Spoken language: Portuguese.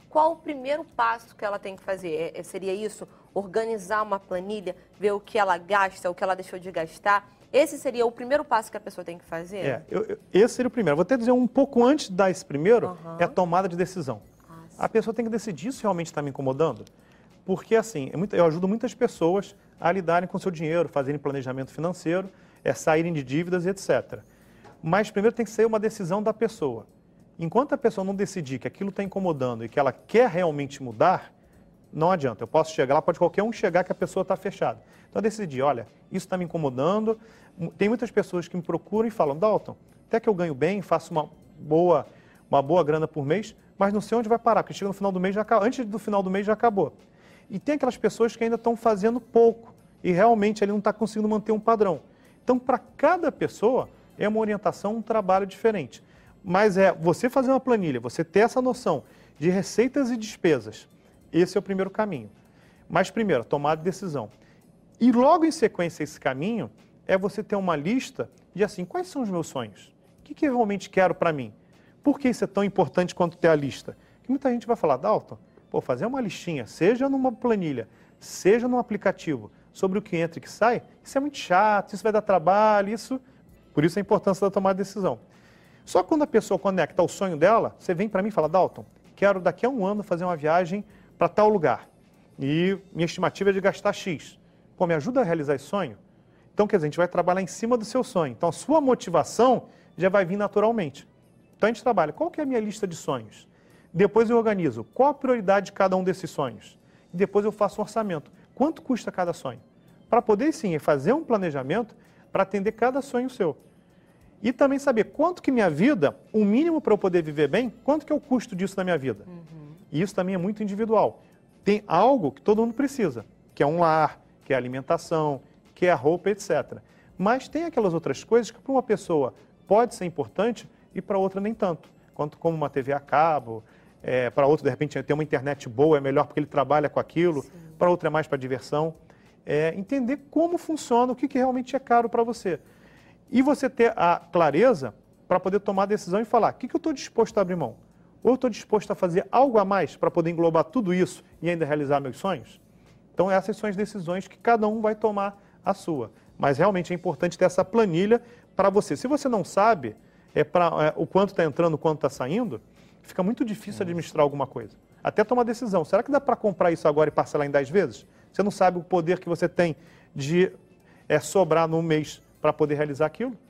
qual o primeiro passo que ela tem que fazer? Seria isso? Organizar uma planilha, ver o que ela gasta, o que ela deixou de gastar? Esse seria o primeiro passo que a pessoa tem que fazer? Esse seria o primeiro. Vou até dizer um pouco antes de dar esse primeiro, é a tomada de decisão. A pessoa tem que decidir se realmente está me incomodando. Porque, assim, eu ajudo muitas pessoas a lidarem com o seu dinheiro, fazerem planejamento financeiro, saírem de dívidas e etc. Mas primeiro tem que ser uma decisão da pessoa. Enquanto a pessoa não decidir que aquilo está incomodando e que ela quer realmente mudar, não adianta. Eu posso chegar lá, pode qualquer um chegar que a pessoa está fechada. Então, eu decidi, olha, isso está me incomodando. Tem muitas pessoas que me procuram e falam, Dalton, até que eu ganho bem, faço uma boa grana por mês, mas não sei onde vai parar, porque chega no final do mês, antes do final do mês já acabou. E tem aquelas pessoas que ainda estão fazendo pouco e realmente ele não está conseguindo manter um padrão. Então, para cada pessoa, é uma orientação, um trabalho diferente. Mas você fazer uma planilha, você ter essa noção de receitas e despesas, esse é o primeiro caminho. Mas primeiro, tomar decisão. E logo em sequência esse caminho é você ter uma lista de assim, quais são os meus sonhos? O que eu realmente quero para mim? Por que isso é tão importante quanto ter a lista? Porque muita gente vai falar, Dalton, fazer uma listinha, seja numa planilha, seja num aplicativo, sobre o que entra e que sai, isso é muito chato, isso vai dar trabalho, por isso a importância da tomada de decisão. Só quando a pessoa conecta ao sonho dela, você vem para mim e fala, Dalton, quero daqui a um ano fazer uma viagem para tal lugar. E minha estimativa é de gastar X. Me ajuda a realizar esse sonho? Então, quer dizer, a gente vai trabalhar em cima do seu sonho. Então, a sua motivação já vai vir naturalmente. Então, a gente trabalha, qual que é a minha lista de sonhos? Depois eu organizo, qual a prioridade de cada um desses sonhos? E depois eu faço um orçamento. Quanto custa cada sonho? Para poder, sim, fazer um planejamento para atender cada sonho seu. E também saber quanto que minha vida, o mínimo para eu poder viver bem, quanto que é o custo disso na minha vida. E isso também é muito individual. Tem algo que todo mundo precisa, que é um lar, que é a alimentação, que é a roupa, etc. Mas tem aquelas outras coisas que para uma pessoa pode ser importante e para outra nem tanto. Como uma TV a cabo, para outro, de repente, ter uma internet boa é melhor porque ele trabalha com aquilo, para outro é mais para diversão. Entender como funciona, o que realmente é caro para você. E você ter a clareza para poder tomar a decisão e falar, o que eu estou disposto a abrir mão? Ou eu estou disposto a fazer algo a mais para poder englobar tudo isso e ainda realizar meus sonhos? Então, essas são as decisões que cada um vai tomar a sua. Mas realmente é importante ter essa planilha para você. Se você não sabe o quanto está entrando, o quanto está saindo, fica muito difícil administrar alguma coisa. Até tomar decisão. Será que dá para comprar isso agora e parcelar em 10 vezes? Você não sabe o poder que você tem de sobrar no mês para poder realizar aquilo?